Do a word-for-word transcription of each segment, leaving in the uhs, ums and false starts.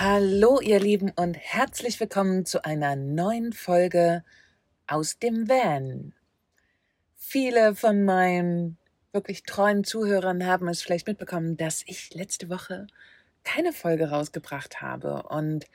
Hallo ihr Lieben und herzlich willkommen zu einer neuen Folge aus dem Van. Viele von meinen wirklich treuen Zuhörern haben es vielleicht mitbekommen, dass ich letzte Woche keine Folge rausgebracht habe. Und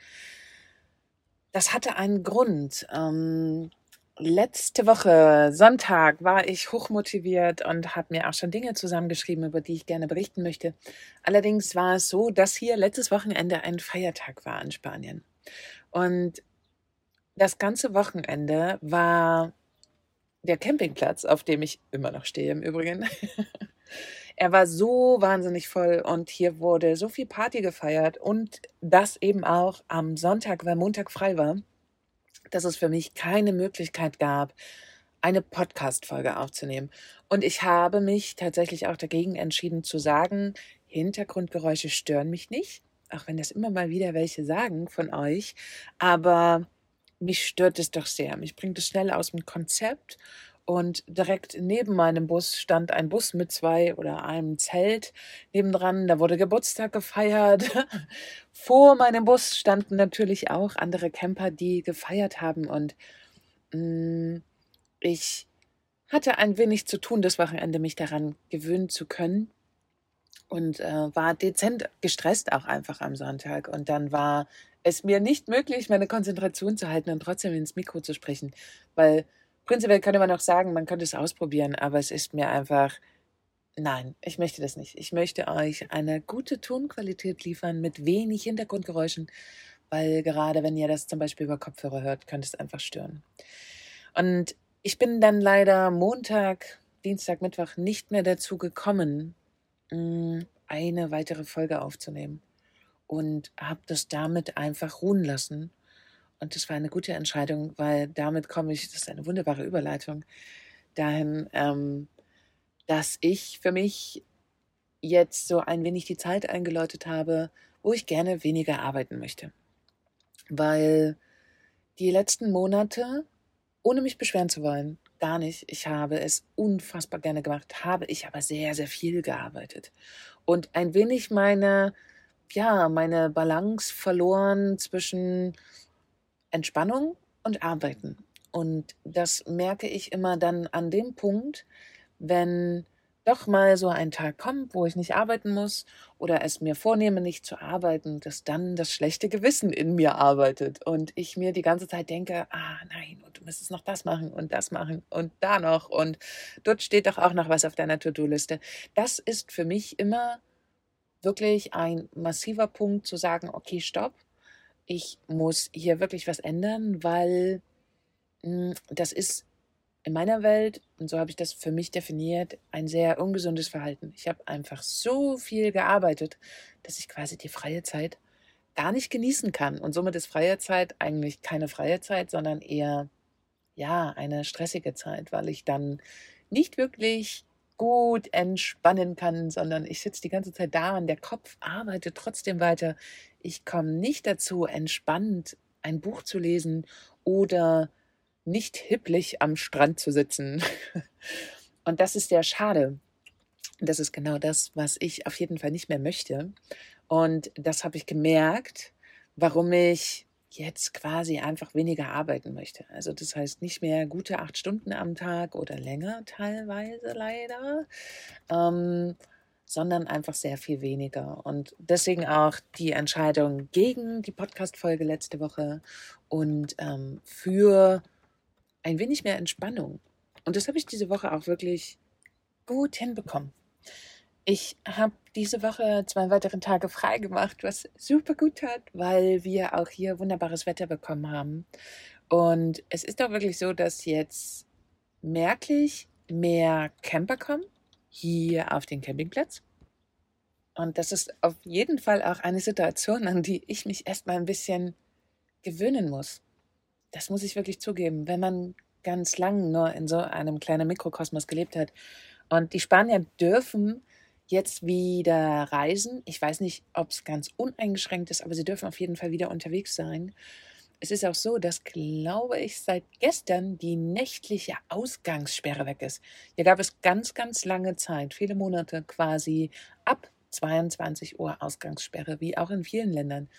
das hatte einen Grund. Ähm, letzte Woche, Sonntag, war ich hochmotiviert und habe mir auch schon Dinge zusammengeschrieben, über die ich gerne berichten möchte. Allerdings war es so, dass hier letztes Wochenende ein Feiertag war in Spanien. Und das ganze Wochenende war der Campingplatz, auf dem ich immer noch stehe im Übrigen. Er war so wahnsinnig voll und hier wurde so viel Party gefeiert und das eben auch am Sonntag, weil Montag frei war, dass es für mich keine Möglichkeit gab, eine Podcast-Folge aufzunehmen. Und ich habe mich tatsächlich auch dagegen entschieden zu sagen, Hintergrundgeräusche stören mich nicht, auch wenn das immer mal wieder welche sagen von euch, aber mich stört es doch sehr. Mich bringt es schnell aus dem Konzept. Und direkt neben meinem Bus stand ein Bus mit zwei oder einem Zelt nebendran. Da wurde Geburtstag gefeiert. Vor meinem Bus standen natürlich auch andere Camper, die gefeiert haben. Und mh, ich hatte ein wenig zu tun, das Wochenende mich daran gewöhnen zu können. Und äh, war dezent gestresst auch einfach am Sonntag. Und dann war es mir nicht möglich, meine Konzentration zu halten und trotzdem ins Mikro zu sprechen. Weil prinzipiell könnte man auch sagen, man könnte es ausprobieren, aber es ist mir einfach, nein, ich möchte das nicht. Ich möchte euch eine gute Tonqualität liefern mit wenig Hintergrundgeräuschen, weil gerade wenn ihr das zum Beispiel über Kopfhörer hört, könnte es einfach stören. Und ich bin dann leider Montag, Dienstag, Mittwoch nicht mehr dazu gekommen, eine weitere Folge aufzunehmen und habe das damit einfach ruhen lassen. Und das war eine gute Entscheidung, weil damit komme ich, das ist eine wunderbare Überleitung, dahin, ähm, dass ich für mich jetzt so ein wenig die Zeit eingeläutet habe, wo ich gerne weniger arbeiten möchte. Weil die letzten Monate, ohne mich beschweren zu wollen, gar nicht, ich habe es unfassbar gerne gemacht, habe ich aber sehr, sehr viel gearbeitet. Und ein wenig meine, ja, meine Balance verloren zwischen Entspannung und Arbeiten. Und das merke ich immer dann an dem Punkt, wenn doch mal so ein Tag kommt, wo ich nicht arbeiten muss oder es mir vornehme, nicht zu arbeiten, dass dann das schlechte Gewissen in mir arbeitet und ich mir die ganze Zeit denke, ah nein, und du müsstest noch das machen und das machen und da noch und dort steht doch auch noch was auf deiner To-Do-Liste. Das ist für mich immer wirklich ein massiver Punkt zu sagen, okay, stopp, ich muss hier wirklich was ändern, weil mh, das ist in meiner Welt, und so habe ich das für mich definiert, ein sehr ungesundes Verhalten. Ich habe einfach so viel gearbeitet, dass ich quasi die freie Zeit gar nicht genießen kann. Und somit ist freie Zeit eigentlich keine freie Zeit, sondern eher, ja, eine stressige Zeit, weil ich dann nicht wirklich gut entspannen kann, sondern ich sitze die ganze Zeit da und der Kopf arbeitet trotzdem weiter. Ich komme nicht dazu, entspannt ein Buch zu lesen oder nicht hipplig am Strand zu sitzen. Und das ist sehr schade. Das ist genau das, was ich auf jeden Fall nicht mehr möchte. Und das habe ich gemerkt, warum ich jetzt quasi einfach weniger arbeiten möchte. Also das heißt nicht mehr gute acht Stunden am Tag oder länger teilweise leider, ähm, sondern einfach sehr viel weniger. Und deswegen auch die Entscheidung gegen die Podcast-Folge letzte Woche und ähm, für ein wenig mehr Entspannung. Und das habe ich diese Woche auch wirklich gut hinbekommen. Ich habe diese Woche zwei weitere Tage frei gemacht, was super gut tat, weil wir auch hier wunderbares Wetter bekommen haben. Und es ist auch wirklich so, dass jetzt merklich mehr Camper kommen hier auf den Campingplatz. Und das ist auf jeden Fall auch eine Situation, an die ich mich erstmal ein bisschen gewöhnen muss. Das muss ich wirklich zugeben, wenn man ganz lang nur in so einem kleinen Mikrokosmos gelebt hat. Und die Spanier dürfen jetzt wieder reisen. Ich weiß nicht, ob es ganz uneingeschränkt ist, aber sie dürfen auf jeden Fall wieder unterwegs sein. Es ist auch so, dass, glaube ich, seit gestern die nächtliche Ausgangssperre weg ist. Hier gab es ganz, ganz lange Zeit, viele Monate quasi ab zweiundzwanzig Uhr Ausgangssperre, wie auch in vielen Ländern.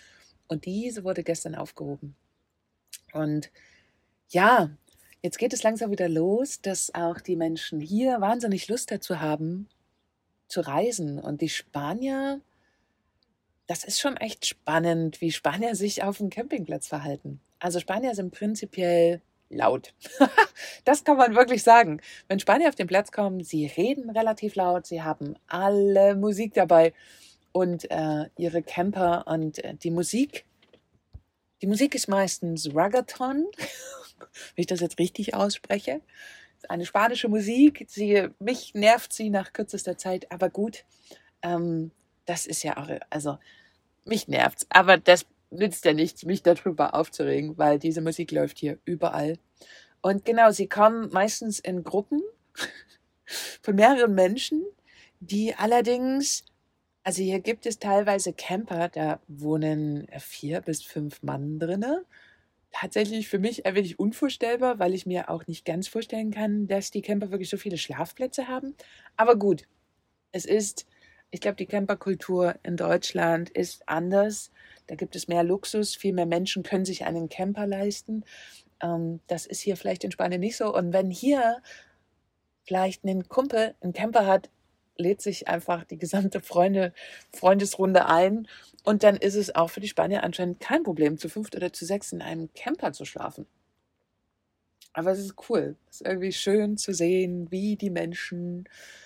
Und diese wurde gestern aufgehoben. Und ja, jetzt geht es langsam wieder los, dass auch die Menschen hier wahnsinnig Lust dazu haben, zu reisen. Und die Spanier, das ist schon echt spannend, wie Spanier sich auf dem Campingplatz verhalten. Also Spanier sind prinzipiell laut. Das kann man wirklich sagen. Wenn Spanier auf den Platz kommen, sie reden relativ laut, sie haben alle Musik dabei und äh, ihre Camper und äh, die Musik, die Musik ist meistens Reggaeton, wenn ich das jetzt richtig ausspreche. Eine spanische Musik, sie, mich nervt sie nach kürzester Zeit, aber gut, ähm, das ist ja auch, also mich nervt's, aber das nützt ja nichts, mich darüber aufzuregen, weil diese Musik läuft hier überall. Und genau, sie kommen meistens in Gruppen von mehreren Menschen, die allerdings, also hier gibt es teilweise Camper, da wohnen vier bis fünf Mann drinne. Tatsächlich für mich ein wenig unvorstellbar, weil ich mir auch nicht ganz vorstellen kann, dass die Camper wirklich so viele Schlafplätze haben. Aber gut, es ist, ich glaube, die Camperkultur in Deutschland ist anders. Da gibt es mehr Luxus, viel mehr Menschen können sich einen Camper leisten. Ähm, das ist hier vielleicht in Spanien nicht so. Und wenn hier vielleicht ein Kumpel einen Camper hat, lädt sich einfach die gesamte Freunde, Freundesrunde ein. Und dann ist es auch für die Spanier anscheinend kein Problem, zu fünft oder zu sechs in einem Camper zu schlafen. Aber es ist cool. Es ist irgendwie schön zu sehen, wie die Menschen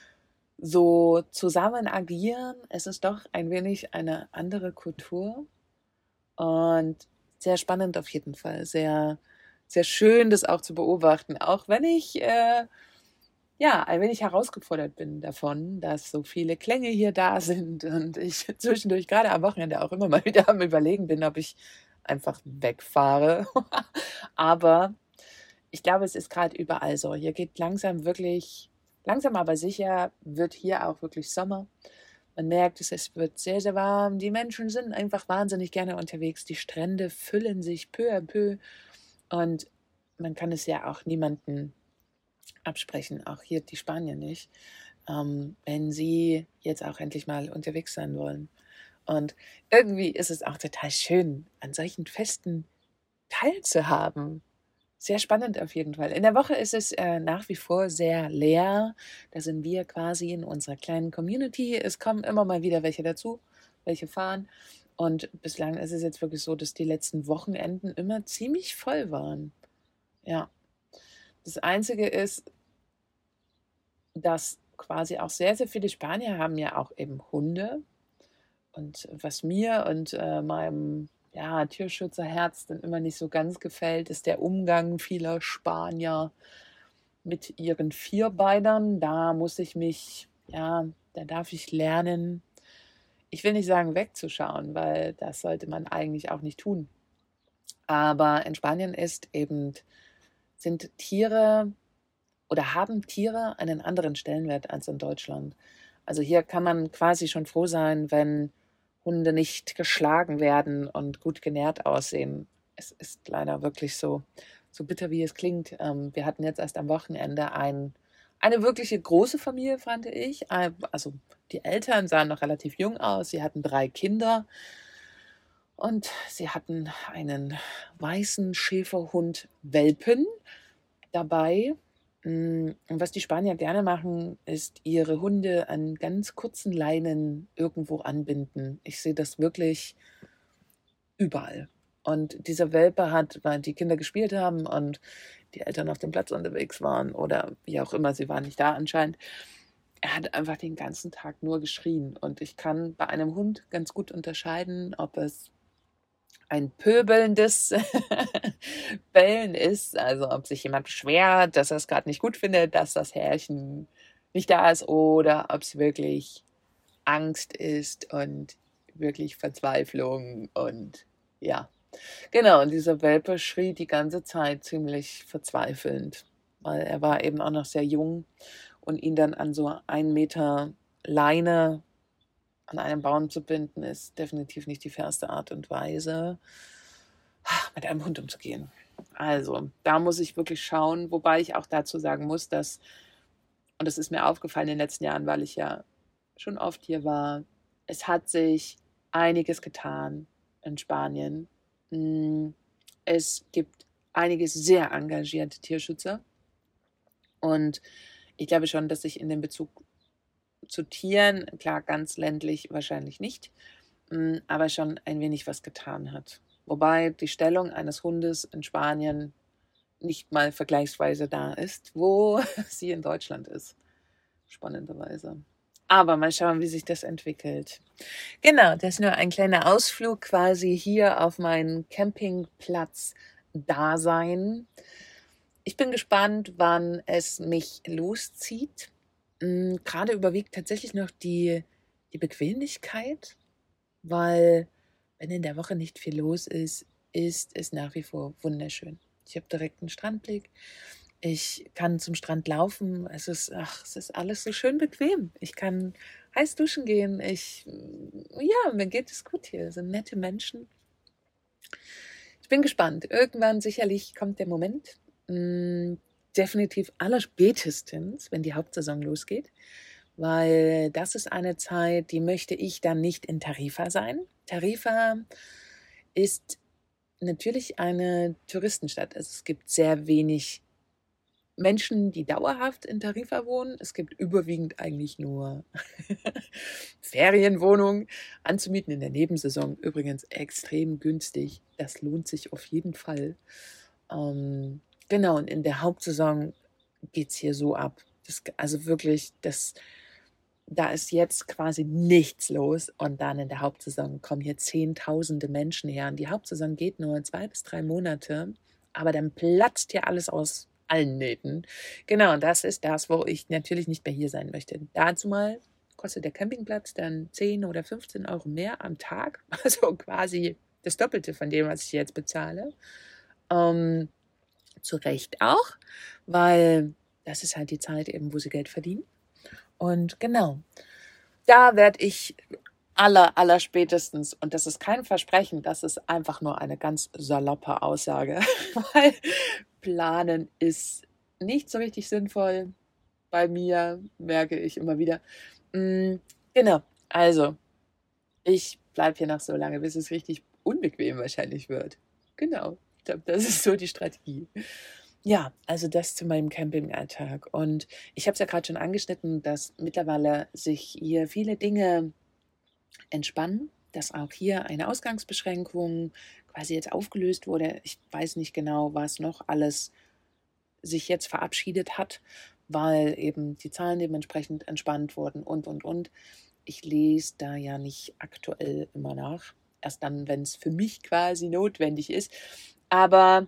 so zusammen agieren. Es ist doch ein wenig eine andere Kultur. Und sehr spannend auf jeden Fall. Sehr, sehr schön, das auch zu beobachten. Auch wenn ich äh, ja, ein wenig herausgefordert bin davon, dass so viele Klänge hier da sind und ich zwischendurch gerade am Wochenende auch immer mal wieder am Überlegen bin, ob ich einfach wegfahre. Aber ich glaube, es ist gerade überall so. Hier geht langsam wirklich, langsam aber sicher, wird hier auch wirklich Sommer. Man merkt, es wird sehr, sehr warm. Die Menschen sind einfach wahnsinnig gerne unterwegs. Die Strände füllen sich peu à peu. Und man kann es ja auch niemandem absprechen, auch hier die Spanier nicht, ähm, wenn sie jetzt auch endlich mal unterwegs sein wollen. Und irgendwie ist es auch total schön, an solchen Festen teilzuhaben. Sehr spannend auf jeden Fall. In der Woche ist es äh, nach wie vor sehr leer. Da sind wir quasi in unserer kleinen Community. Es kommen immer mal wieder welche dazu, welche fahren. Und bislang ist es jetzt wirklich so, dass die letzten Wochenenden immer ziemlich voll waren. Ja. Das Einzige ist, dass quasi auch sehr, sehr viele Spanier haben ja auch eben Hunde. Und was mir und äh, meinem ja, Tierschützerherz dann immer nicht so ganz gefällt, ist der Umgang vieler Spanier mit ihren Vierbeinern. Da muss ich mich, ja, da darf ich lernen, ich will nicht sagen wegzuschauen, weil das sollte man eigentlich auch nicht tun. Aber in Spanien ist eben, sind Tiere oder haben Tiere einen anderen Stellenwert als in Deutschland. Also hier kann man quasi schon froh sein, wenn Hunde nicht geschlagen werden und gut genährt aussehen. Es ist leider wirklich so, so bitter, wie es klingt. Ähm, wir hatten jetzt erst am Wochenende ein, eine wirkliche große Familie, fand ich. Also die Eltern sahen noch relativ jung aus. Sie hatten drei Kinder und sie hatten einen weißen Schäferhund Welpen dabei. Und was die Spanier gerne machen, ist ihre Hunde an ganz kurzen Leinen irgendwo anbinden. Ich sehe das wirklich überall. Und dieser Welpe hat, weil die Kinder gespielt haben und die Eltern auf dem Platz unterwegs waren oder wie auch immer, sie waren nicht da anscheinend, er hat einfach den ganzen Tag nur geschrien. Und ich kann bei einem Hund ganz gut unterscheiden, ob es ein pöbelndes Bellen ist, also ob sich jemand beschwert, dass er es gerade nicht gut findet, dass das Herrchen nicht da ist oder ob es wirklich Angst ist und wirklich Verzweiflung und ja, genau, und dieser Welpe schrie die ganze Zeit ziemlich verzweifelnd, weil er war eben auch noch sehr jung und ihn dann an so ein Meter Leine an einem Baum zu binden, ist definitiv nicht die fairste Art und Weise, mit einem Hund umzugehen. Also, da muss ich wirklich schauen, wobei ich auch dazu sagen muss, dass, und das ist mir aufgefallen in den letzten Jahren, weil ich ja schon oft hier war, es hat sich einiges getan in Spanien. Es gibt einige sehr engagierte Tierschützer und ich glaube schon, dass sich in dem Bezug zu Tieren, klar, ganz ländlich wahrscheinlich nicht, aber schon ein wenig was getan hat. Wobei die Stellung eines Hundes in Spanien nicht mal vergleichsweise da ist, wo sie in Deutschland ist. Spannenderweise. Aber mal schauen, wie sich das entwickelt. Genau, das ist nur ein kleiner Ausflug quasi hier auf meinen Campingplatz-Dasein. Ich bin gespannt, wann es mich loszieht. Gerade überwiegt tatsächlich noch die, die Bequemlichkeit, weil wenn in der Woche nicht viel los ist, ist es nach wie vor wunderschön. Ich habe direkt einen Strandblick. Ich kann zum Strand laufen. Es ist, ach, es ist alles so schön bequem. Ich kann heiß duschen gehen. Ich, ja, mir geht es gut hier. Es sind nette Menschen. Ich bin gespannt. Irgendwann sicherlich kommt der Moment. Mh, definitiv allerspätestens, wenn die Hauptsaison losgeht. Weil das ist eine Zeit, die möchte ich dann nicht in Tarifa sein. Tarifa ist natürlich eine Touristenstadt. Also es gibt sehr wenig Menschen, die dauerhaft in Tarifa wohnen. Es gibt überwiegend eigentlich nur Ferienwohnungen anzumieten in der Nebensaison. Übrigens extrem günstig. Das lohnt sich auf jeden Fall. Ähm, genau, und in der Hauptsaison geht es hier so ab. Das, also wirklich, das, da ist jetzt quasi nichts los. Und dann in der Hauptsaison kommen hier Zehntausende Menschen her. Und die Hauptsaison geht nur zwei bis drei Monate. Aber dann platzt hier alles aus allen Nähten. Genau, das ist das, wo ich natürlich nicht mehr hier sein möchte. Dazu mal kostet der Campingplatz dann zehn oder fünfzehn Euro mehr am Tag. Also quasi das Doppelte von dem, was ich jetzt bezahle. Ähm, zu Recht auch, weil das ist halt die Zeit eben, wo sie Geld verdienen. Und genau, da werde ich aller, aller spätestens, und das ist kein Versprechen, das ist einfach nur eine ganz saloppe Aussage, weil planen ist nicht so richtig sinnvoll bei mir, merke ich immer wieder. Mm, genau, also ich bleibe hier noch so lange, bis es richtig unbequem wahrscheinlich wird. Genau, ich glaube, das ist so die Strategie. Ja, also das zu meinem Campingalltag. Und ich habe es ja gerade schon angeschnitten, dass mittlerweile sich hier viele Dinge entspannen, dass auch hier eine Ausgangsbeschränkung quasi jetzt aufgelöst wurde. Ich weiß nicht genau, was noch alles sich jetzt verabschiedet hat, weil eben die Zahlen dementsprechend entspannt wurden und, und, und. Ich lese da ja nicht aktuell immer nach. Erst dann, wenn es für mich quasi notwendig ist. Aber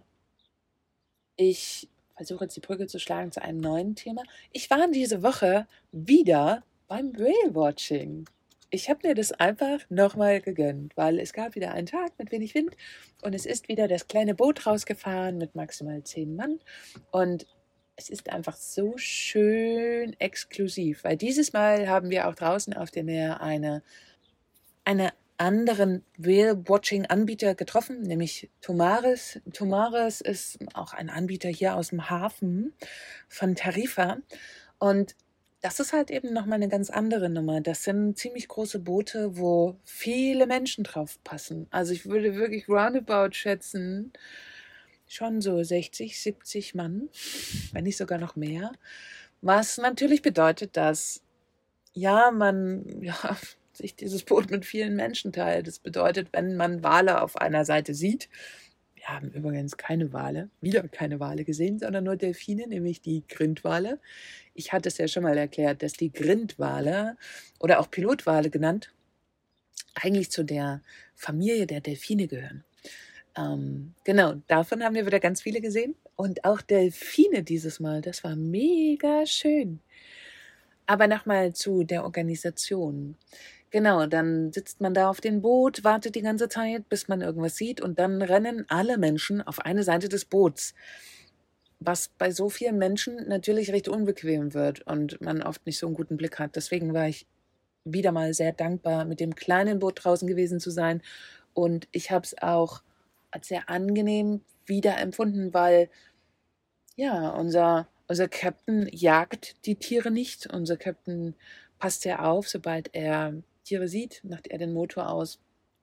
ich versuche jetzt die Brücke zu schlagen zu einem neuen Thema. Ich war diese Woche wieder beim Whale-Watching. Ich habe mir das einfach nochmal gegönnt, weil es gab wieder einen Tag mit wenig Wind und es ist wieder das kleine Boot rausgefahren mit maximal zehn Mann und es ist einfach so schön exklusiv, weil dieses Mal haben wir auch draußen auf dem Meer eine, eine anderen Whale-Watching-Anbieter getroffen, nämlich Tomares. Tomares ist auch ein Anbieter hier aus dem Hafen von Tarifa und das ist halt eben nochmal eine ganz andere Nummer. Das sind ziemlich große Boote, wo viele Menschen drauf passen. Also ich würde wirklich roundabout schätzen, schon so sechzig, siebzig Mann, wenn nicht sogar noch mehr. Was natürlich bedeutet, dass ja, man ja, sich dieses Boot mit vielen Menschen teilt. Das bedeutet, wenn man Wale auf einer Seite sieht, wir haben übrigens keine Wale, wieder keine Wale gesehen, sondern nur Delfine, nämlich die Grindwale. Ich hatte es ja schon mal erklärt, dass die Grindwale oder auch Pilotwale genannt, eigentlich zu der Familie der Delfine gehören. Ähm, genau, davon haben wir wieder ganz viele gesehen. Und auch Delfine dieses Mal, das war mega schön. Aber nochmal zu der Organisation. Genau, dann sitzt man da auf dem Boot, wartet die ganze Zeit, bis man irgendwas sieht und dann rennen alle Menschen auf eine Seite des Boots. Was bei so vielen Menschen natürlich recht unbequem wird und man oft nicht so einen guten Blick hat. Deswegen war ich wieder mal sehr dankbar, mit dem kleinen Boot draußen gewesen zu sein. Und ich habe es auch als sehr angenehm wieder empfunden, weil ja, unser, unser Captain jagt die Tiere nicht. Unser Captain passt sehr auf, sobald er Tiere sieht, macht er den Motor aus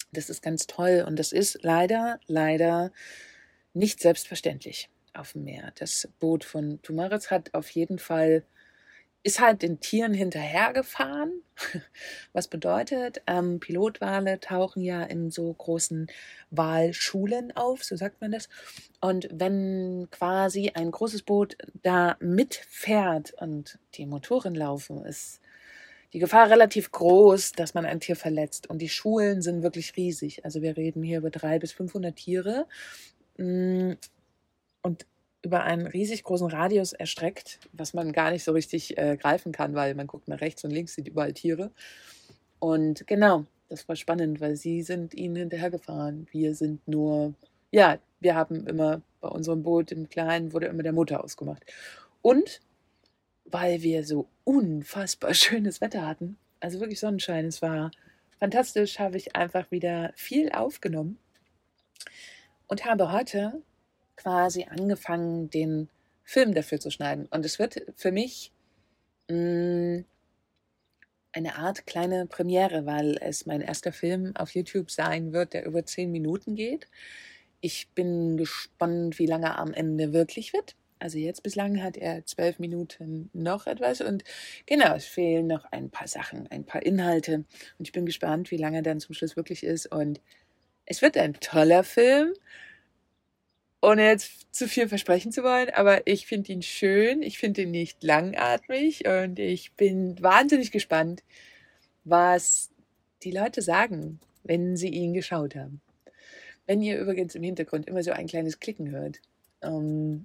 Das ist ganz toll und das ist leider, leider nicht selbstverständlich auf dem Meer. Das Boot von Tumaritz hat auf jeden Fall, ist halt den Tieren hinterhergefahren, was bedeutet, ähm, Pilotwale tauchen ja in so großen Walschulen auf, so sagt man das. Und wenn quasi ein großes Boot da mitfährt und die Motoren laufen, ist die Gefahr relativ groß, dass man ein Tier verletzt. Und die Schulen sind wirklich riesig. Also wir reden hier über dreihundert bis fünfhundert Tiere mm, und über einen riesig großen Radius erstreckt, was man gar nicht so richtig äh, greifen kann, weil man guckt nach rechts und links, sieht überall Tiere. Und genau, das war spannend, weil sie sind ihnen hinterhergefahren. Wir sind nur, ja, wir haben immer bei unserem Boot im Kleinen wurde immer der Motor ausgemacht. Und weil wir so unfassbar schönes Wetter hatten, also wirklich Sonnenschein, es war fantastisch, habe ich einfach wieder viel aufgenommen und habe heute quasi angefangen, den Film dafür zu schneiden. Und es wird für mich mh, eine Art kleine Premiere, weil es mein erster Film auf YouTube sein wird, der über zehn Minuten geht. Ich bin gespannt, wie lange er am Ende wirklich wird. Also jetzt bislang hat er zwölf Minuten noch etwas und genau, es fehlen noch ein paar Sachen, ein paar Inhalte und ich bin gespannt, wie lange er dann zum Schluss wirklich ist und es wird ein toller Film, ohne jetzt zu viel versprechen zu wollen, aber ich finde ihn schön, ich finde ihn nicht langatmig und ich bin wahnsinnig gespannt, was die Leute sagen, wenn sie ihn geschaut haben. Wenn ihr übrigens im Hintergrund immer so ein kleines Klicken hört, ähm,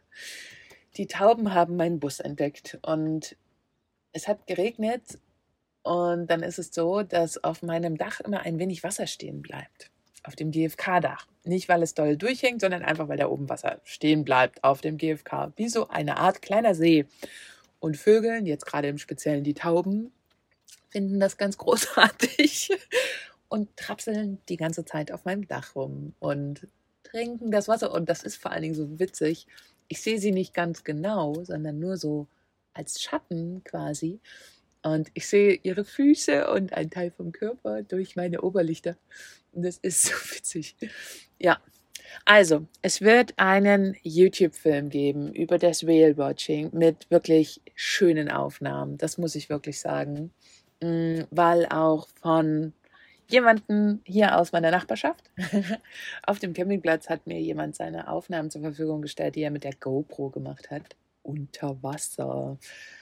die Tauben haben meinen Bus entdeckt und es hat geregnet und dann ist es so, dass auf meinem Dach immer ein wenig Wasser stehen bleibt. Auf dem G F K-Dach. Nicht, weil es doll durchhängt, sondern einfach, weil da oben Wasser stehen bleibt auf dem G F K. Wie so eine Art kleiner See. Und Vögeln, jetzt gerade im Speziellen die Tauben, finden das ganz großartig und trapseln die ganze Zeit auf meinem Dach rum und trinken das Wasser. Und das ist vor allen Dingen so witzig. Ich sehe sie nicht ganz genau, sondern nur so als Schatten quasi. Und ich sehe ihre Füße und einen Teil vom Körper durch meine Oberlichter. Und das ist so witzig. Ja, also, es wird einen YouTube-Film geben über das Whale-Watching mit wirklich schönen Aufnahmen. Das muss ich wirklich sagen. Mm, Weil auch von jemandem hier aus meiner Nachbarschaft auf dem Campingplatz hat mir jemand seine Aufnahmen zur Verfügung gestellt, die er mit der GoPro gemacht hat. Unter Wasser.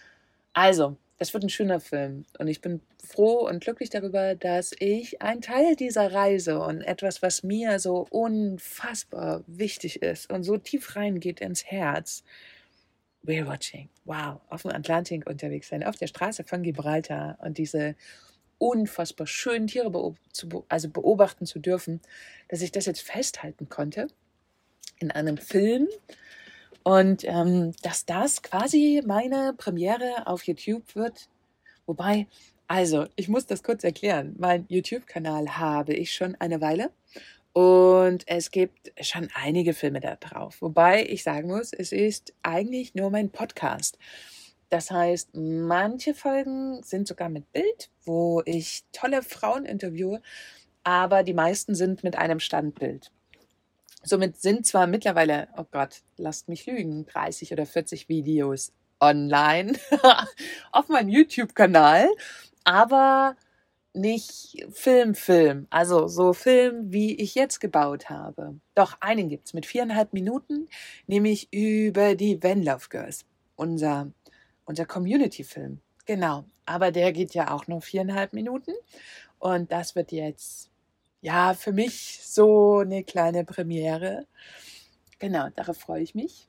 Also, das wird ein schöner Film und ich bin froh und glücklich darüber, dass ich ein Teil dieser Reise und etwas, was mir so unfassbar wichtig ist und so tief reingeht ins Herz, Whale-Watching, wow, auf dem Atlantik unterwegs sein, auf der Straße von Gibraltar und diese unfassbar schönen Tiere beob- zu, be- also beobachten zu dürfen, dass ich das jetzt festhalten konnte in einem Film. Und ähm, dass das quasi meine Premiere auf YouTube wird. Wobei, also, ich muss das kurz erklären. Mein YouTube-Kanal habe ich schon eine Weile. Und es gibt schon einige Filme da drauf. Wobei ich sagen muss, es ist eigentlich nur mein Podcast. Das heißt, manche Folgen sind sogar mit Bild, wo ich tolle Frauen interviewe. Aber die meisten sind mit einem Standbild. Somit sind zwar mittlerweile, oh Gott, lasst mich lügen, dreißig oder vierzig Videos online auf meinem YouTube-Kanal, aber nicht Film, Film. Also so Film, wie ich jetzt gebaut habe. Doch einen gibt's mit viereinhalb Minuten, nämlich über die Van Love Girls. Unser, unser Community-Film. Genau. Aber der geht ja auch nur viereinhalb Minuten. Und das wird jetzt ja, für mich so eine kleine Premiere. Genau, darauf freue ich mich.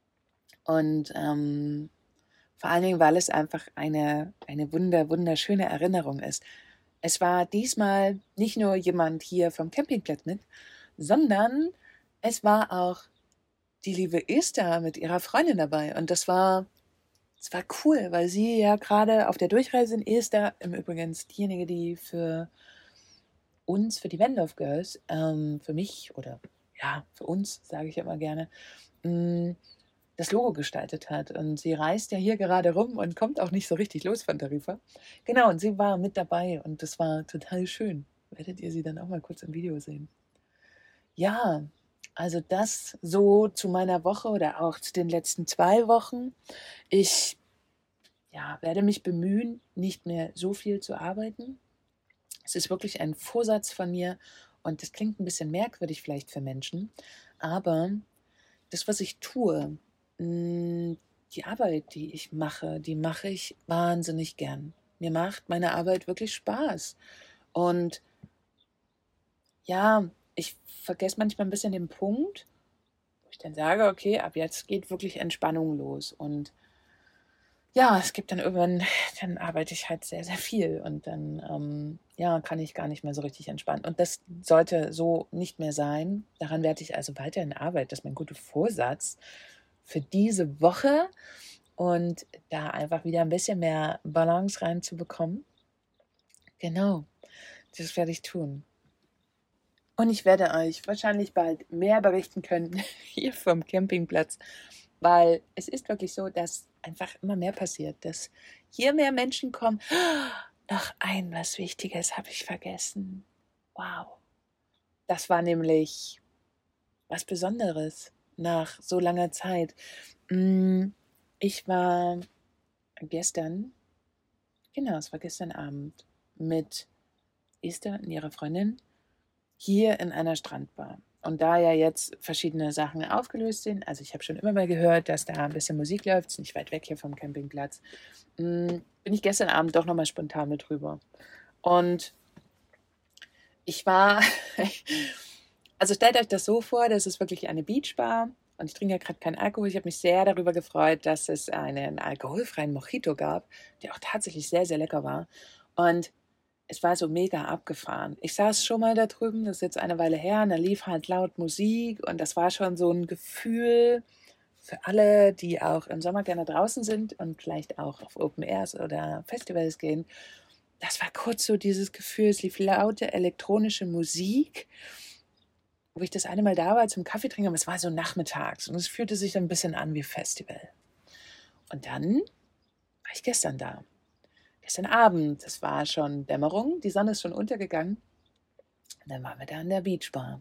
Und ähm, vor allen Dingen, weil es einfach eine, eine wunder, wunderschöne Erinnerung ist. Es war diesmal nicht nur jemand hier vom Campingplatz mit, sondern es war auch die liebe Esther mit ihrer Freundin dabei. Und das war, das war cool, weil sie ja gerade auf der Durchreise in Esther, im Übrigen diejenige, die für uns, für die Van Love Girls, ähm, für mich oder ja, für uns, sage ich immer gerne, mh, das Logo gestaltet hat. Und sie reist ja hier gerade rum und kommt auch nicht so richtig los von Tarifa. Genau, und sie war mit dabei und das war total schön. werdet ihr sie dann auch mal kurz im Video sehen. Ja, also das so zu meiner Woche oder auch zu den letzten zwei Wochen. Ich ja, werde mich bemühen, nicht mehr so viel zu arbeiten. Es ist wirklich ein Vorsatz von mir und das klingt ein bisschen merkwürdig vielleicht für Menschen, aber das, was ich tue, mh, die Arbeit, die ich mache, die mache ich wahnsinnig gern. Mir macht meine Arbeit wirklich Spaß. Und ja, ich vergesse manchmal ein bisschen den Punkt, wo ich dann sage, okay, ab jetzt geht wirklich Entspannung los. Und ja, es gibt dann irgendwann, dann arbeite ich halt sehr, sehr viel und dann ähm, ja, kann ich gar nicht mehr so richtig entspannen. Und das sollte so nicht mehr sein. Daran werde ich also weiterhin arbeiten. Das ist mein guter Vorsatz für diese Woche und da einfach wieder ein bisschen mehr Balance reinzubekommen. Genau, das werde ich tun. Und ich werde euch wahrscheinlich bald mehr berichten können hier vom Campingplatz, weil es ist wirklich so, dass einfach immer mehr passiert, dass hier mehr Menschen kommen. Oh, noch ein was Wichtiges habe ich vergessen. Wow, das war nämlich was Besonderes nach so langer Zeit. Ich war gestern, genau, es war gestern Abend mit Esther und ihrer Freundin hier in einer Strandbar. Und da ja jetzt verschiedene Sachen aufgelöst sind, also ich habe schon immer mal gehört, dass da ein bisschen Musik läuft, ist nicht weit weg hier vom Campingplatz, bin ich gestern Abend doch nochmal spontan mit rüber. Und ich war, also stellt euch das so vor, das ist wirklich eine Beachbar und ich trinke ja gerade keinen Alkohol. Ich habe mich sehr darüber gefreut, dass es einen alkoholfreien Mojito gab, der auch tatsächlich sehr, sehr lecker war. Und es war so mega abgefahren. Ich saß schon mal da drüben, das ist jetzt eine Weile her, und da lief halt laut Musik und das war schon so ein Gefühl für alle, die auch im Sommer gerne draußen sind und vielleicht auch auf Open Airs oder Festivals gehen. Das war kurz so dieses Gefühl, es lief laute elektronische Musik, wo ich das eine Mal da war zum Kaffee trinken, aber es war so nachmittags und es fühlte sich ein bisschen an wie Festival. Und dann war ich gestern da. Gestern Abend, es war schon Dämmerung, die Sonne ist schon untergegangen. Und dann waren wir da in der Beachbar.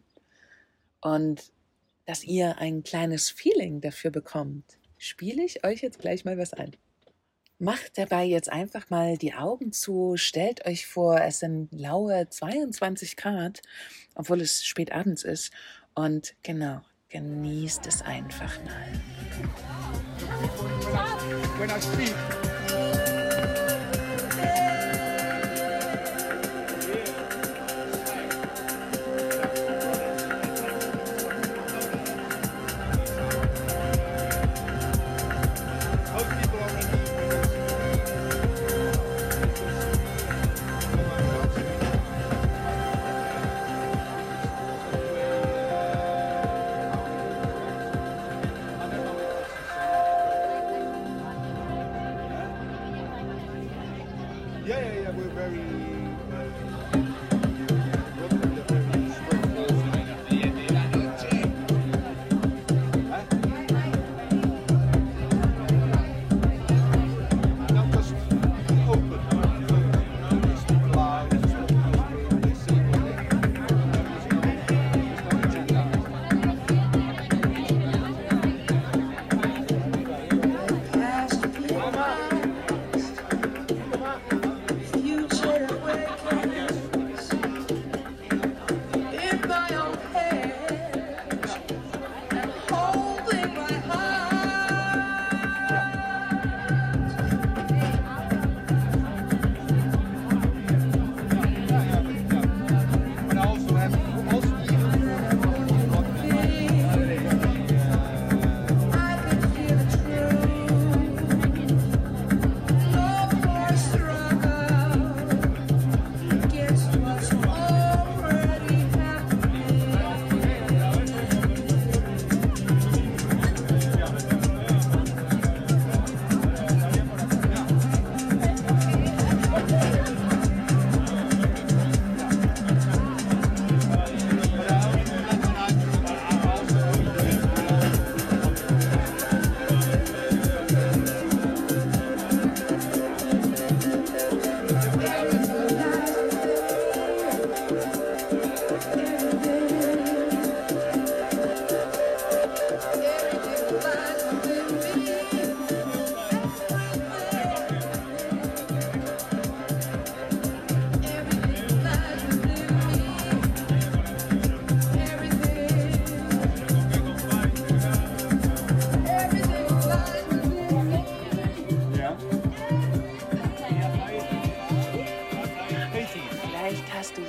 Und dass ihr ein kleines Feeling dafür bekommt, spiele ich euch jetzt gleich mal was ein. Macht dabei jetzt einfach mal die Augen zu, stellt euch vor, es sind laue zweiundzwanzig Grad, obwohl es spät abends ist. Und genau, genießt es einfach mal. When I speak.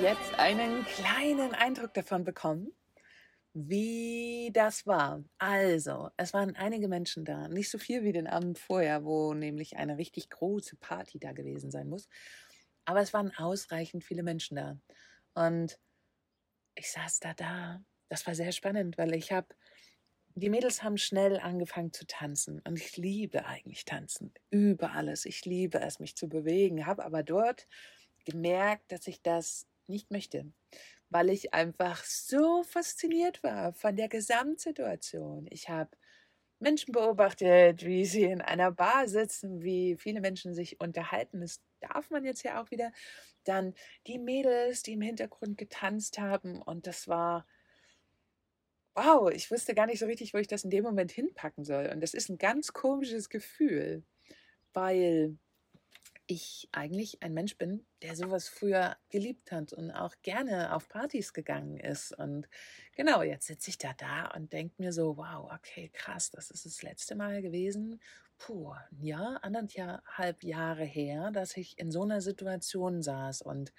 jetzt einen kleinen Eindruck davon bekommen, wie das war. Also, es waren einige Menschen da, nicht so viel wie den Abend vorher, wo nämlich eine richtig große Party da gewesen sein muss, aber es waren ausreichend viele Menschen da. Und ich saß da da. Das war sehr spannend, weil ich habe die Mädels haben schnell angefangen zu tanzen und ich liebe eigentlich Tanzen, über alles. Ich liebe es, mich zu bewegen, habe aber dort gemerkt, dass ich das nicht möchte, weil ich einfach so fasziniert war von der Gesamtsituation. Ich habe Menschen beobachtet, wie sie in einer Bar sitzen, wie viele Menschen sich unterhalten. Das darf man jetzt ja auch wieder. Dann die Mädels, die im Hintergrund getanzt haben. Und das war, wow, ich wusste gar nicht so richtig, wo ich das in dem Moment hinpacken soll. Und das ist ein ganz komisches Gefühl, weil ich eigentlich ein Mensch bin, der sowas früher geliebt hat und auch gerne auf Partys gegangen ist. Und genau, jetzt sitze ich da da und denke mir so, wow, okay, krass, das ist das letzte Mal gewesen. Puh, ein Jahr, anderthalb Jahre her, dass ich in so einer Situation saß. Und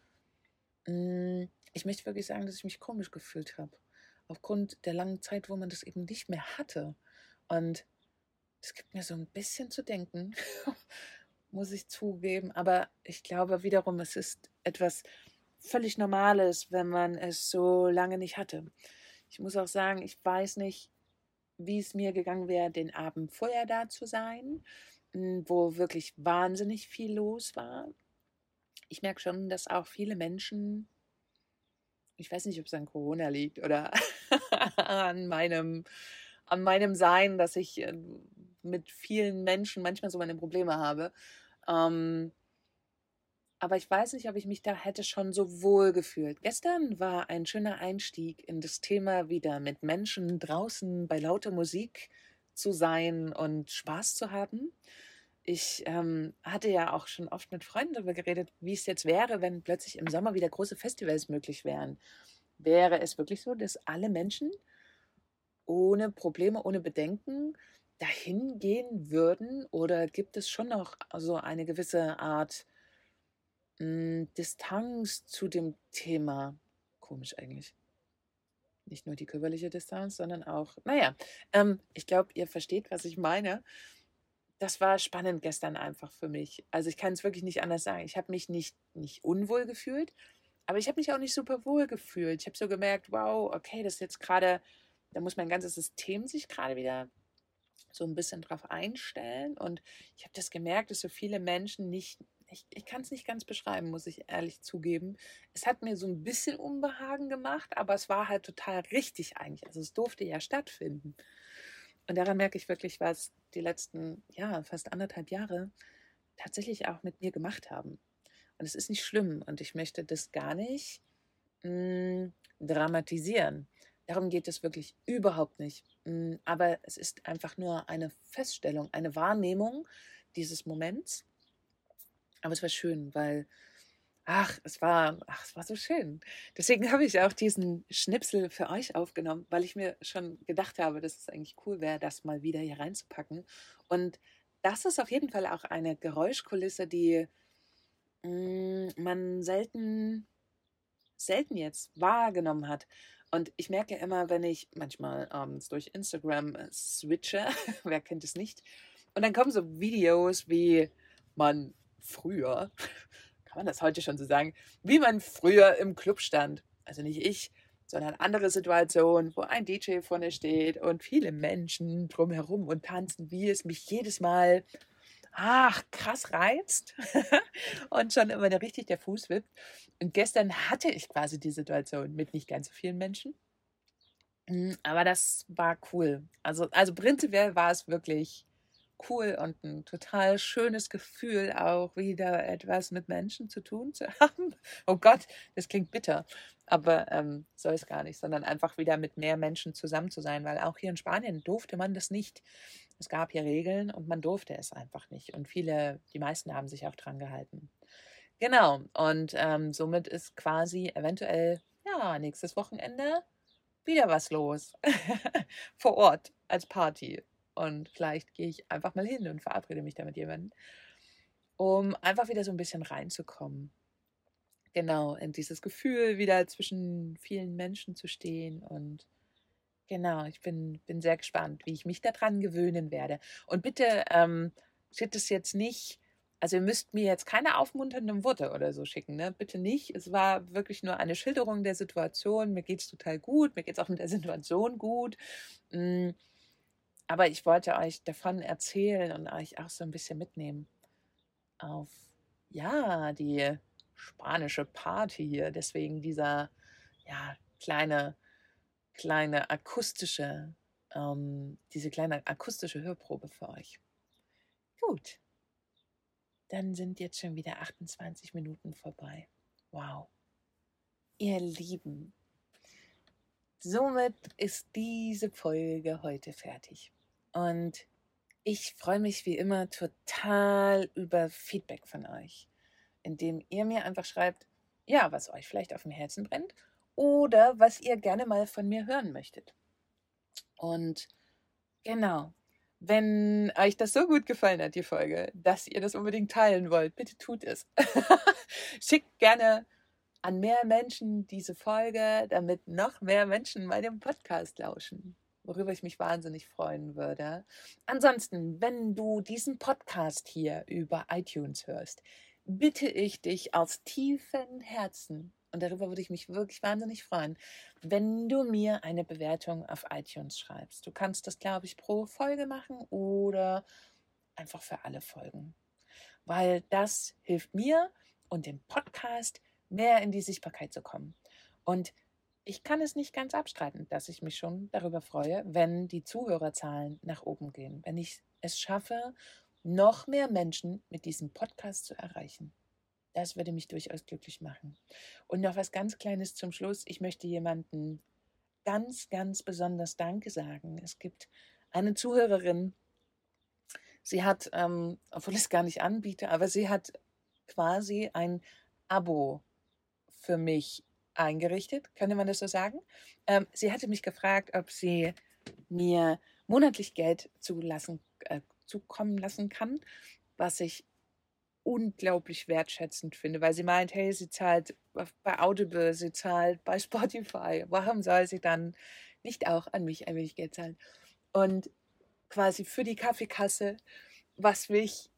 mh, ich möchte wirklich sagen, dass ich mich komisch gefühlt habe. Aufgrund der langen Zeit, wo man das eben nicht mehr hatte. Und das gibt mir so ein bisschen zu denken, muss ich zugeben. Aber ich glaube wiederum, es ist etwas völlig Normales, wenn man es so lange nicht hatte. Ich muss auch sagen, ich weiß nicht, wie es mir gegangen wäre, den Abend vorher da zu sein, wo wirklich wahnsinnig viel los war. Ich merke schon, dass auch viele Menschen, ich weiß nicht, ob es an Corona liegt oder an meinem, an meinem Sein, dass ich mit vielen Menschen manchmal so meine Probleme habe. Ähm, aber ich weiß nicht, ob ich mich da hätte schon so wohl gefühlt. Gestern war ein schöner Einstieg in das Thema, wieder mit Menschen draußen bei lauter Musik zu sein und Spaß zu haben. Ich ähm, hatte ja auch schon oft mit Freunden darüber geredet, wie es jetzt wäre, wenn plötzlich im Sommer wieder große Festivals möglich wären. Wäre es wirklich so, dass alle Menschen ohne Probleme, ohne Bedenken dahin gehen würden? Oder gibt es schon noch so eine gewisse Art mh, Distanz zu dem Thema? Komisch eigentlich. Nicht nur die körperliche Distanz, sondern auch, naja, ähm, ich glaube, ihr versteht, was ich meine. Das war spannend gestern einfach für mich. Also ich kann es wirklich nicht anders sagen. Ich habe mich nicht, nicht unwohl gefühlt, aber ich habe mich auch nicht super wohl gefühlt. Ich habe so gemerkt, wow, okay, das ist jetzt gerade, da muss mein ganzes System sich gerade wieder so ein bisschen drauf einstellen. Und ich habe das gemerkt, dass so viele Menschen nicht, ich, ich kann es nicht ganz beschreiben, muss ich ehrlich zugeben. Es hat mir so ein bisschen Unbehagen gemacht, aber es war halt total richtig eigentlich. Also es durfte ja stattfinden. Und daran merke ich wirklich, was die letzten, ja, fast anderthalb Jahre tatsächlich auch mit mir gemacht haben. Und es ist nicht schlimm und ich möchte das gar nicht mh, dramatisieren. Darum geht es wirklich überhaupt nicht. Mh, aber es ist einfach nur eine Feststellung, eine Wahrnehmung dieses Moments. Aber es war schön, weil, ach, es war, ach, es war so schön. Deswegen habe ich auch diesen Schnipsel für euch aufgenommen, weil ich mir schon gedacht habe, dass es eigentlich cool wäre, das mal wieder hier reinzupacken. Und das ist auf jeden Fall auch eine Geräuschkulisse, die mh, man selten, selten jetzt wahrgenommen hat. Und ich merke immer, wenn ich manchmal abends durch Instagram äh, switche, wer kennt es nicht, und dann kommen so Videos, wie man früher, kann man das heute schon so sagen, wie man früher im Club stand. Also nicht ich, sondern andere Situationen, wo ein D J vorne steht und viele Menschen drumherum und tanzen, wie es mich jedes Mal, ach, krass reizt und schon immer richtig der Fuß wippt. Und gestern hatte ich quasi die Situation mit nicht ganz so vielen Menschen. Aber das war cool. Also, also prinzipiell war es wirklich cool und ein total schönes Gefühl, auch wieder etwas mit Menschen zu tun zu haben. Oh Gott, das klingt bitter, aber ähm, soll es gar nicht, sondern einfach wieder mit mehr Menschen zusammen zu sein, weil auch hier in Spanien durfte man das nicht. Es gab hier Regeln und man durfte es einfach nicht. Und viele, die meisten haben sich auch dran gehalten. Genau, und ähm, somit ist quasi eventuell, ja, nächstes Wochenende wieder was los vor Ort als Party. Und vielleicht gehe ich einfach mal hin und verabrede mich da mit jemandem, um einfach wieder so ein bisschen reinzukommen. genau, in dieses Gefühl wieder zwischen vielen Menschen zu stehen. Und genau, ich bin, bin sehr gespannt, wie ich mich daran gewöhnen werde. Und bitte ähm, schickt es jetzt nicht, also ihr müsst mir jetzt keine aufmunternden Worte oder so schicken, ne? Bitte nicht. Es war wirklich nur eine Schilderung der Situation. Mir geht es total gut, mir geht es auch mit der Situation gut. Mm, Aber ich wollte euch davon erzählen und euch auch so ein bisschen mitnehmen auf, ja, die spanische Party hier. Deswegen dieser, ja, kleine, kleine akustische, ähm, diese kleine akustische Hörprobe für euch. Gut, dann sind jetzt schon wieder achtundzwanzig Minuten vorbei. Wow. Ihr Lieben, somit ist diese Folge heute fertig. Und ich freue mich wie immer total über Feedback von euch, indem ihr mir einfach schreibt, ja, was euch vielleicht auf dem Herzen brennt oder was ihr gerne mal von mir hören möchtet. Und genau, wenn euch das so gut gefallen hat, die Folge, dass ihr das unbedingt teilen wollt, bitte tut es. Schickt gerne an mehr Menschen diese Folge, damit noch mehr Menschen meinem Podcast lauschen, worüber ich mich wahnsinnig freuen würde. Ansonsten, wenn du diesen Podcast hier über iTunes hörst, bitte ich dich aus tiefem Herzen, und darüber würde ich mich wirklich wahnsinnig freuen, wenn du mir eine Bewertung auf iTunes schreibst. Du kannst das, glaube ich, pro Folge machen oder einfach für alle Folgen, weil das hilft mir und dem Podcast, mehr in die Sichtbarkeit zu kommen. Und ich kann es nicht ganz abstreiten, dass ich mich schon darüber freue, wenn die Zuhörerzahlen nach oben gehen, wenn ich es schaffe, noch mehr Menschen mit diesem Podcast zu erreichen. Das würde mich durchaus glücklich machen. Und noch was ganz Kleines zum Schluss. Ich möchte jemanden ganz, ganz besonders Danke sagen. Es gibt eine Zuhörerin, sie hat, ähm, obwohl ich es gar nicht anbiete, aber sie hat quasi ein Abo für mich eingerichtet, könnte man das so sagen. Ähm, sie hatte mich gefragt, ob sie mir monatlich Geld zulassen, äh, zukommen lassen kann, was ich unglaublich wertschätzend finde, weil sie meint, hey, sie zahlt bei Audible, sie zahlt bei Spotify, warum soll sie dann nicht auch an mich ein wenig Geld zahlen? Und quasi für die Kaffeekasse, was mich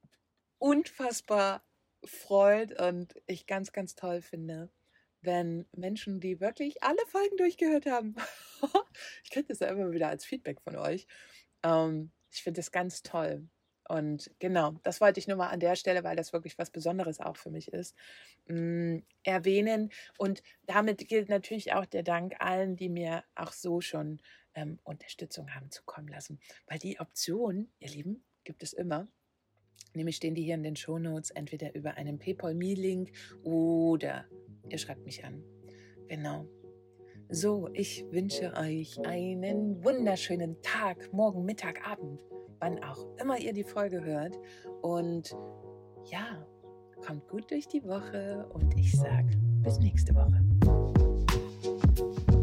unfassbar freut und ich ganz, ganz toll finde, wenn Menschen, die wirklich alle Folgen durchgehört haben, ich kriege das ja immer wieder als Feedback von euch, ähm, ich finde das ganz toll. Und genau, das wollte ich nur mal an der Stelle, weil das wirklich was Besonderes auch für mich ist, mh, erwähnen. Und damit gilt natürlich auch der Dank allen, die mir auch so schon ähm, Unterstützung haben zukommen lassen. Weil die Option, ihr Lieben, gibt es immer. Nämlich stehen die hier in den Shownotes, entweder über einen PayPal-Me-Link oder ihr schreibt mich an. Genau. So, ich wünsche euch einen wunderschönen Tag, morgen, Mittag, Abend, wann auch immer ihr die Folge hört. Und ja, kommt gut durch die Woche und ich sage bis nächste Woche.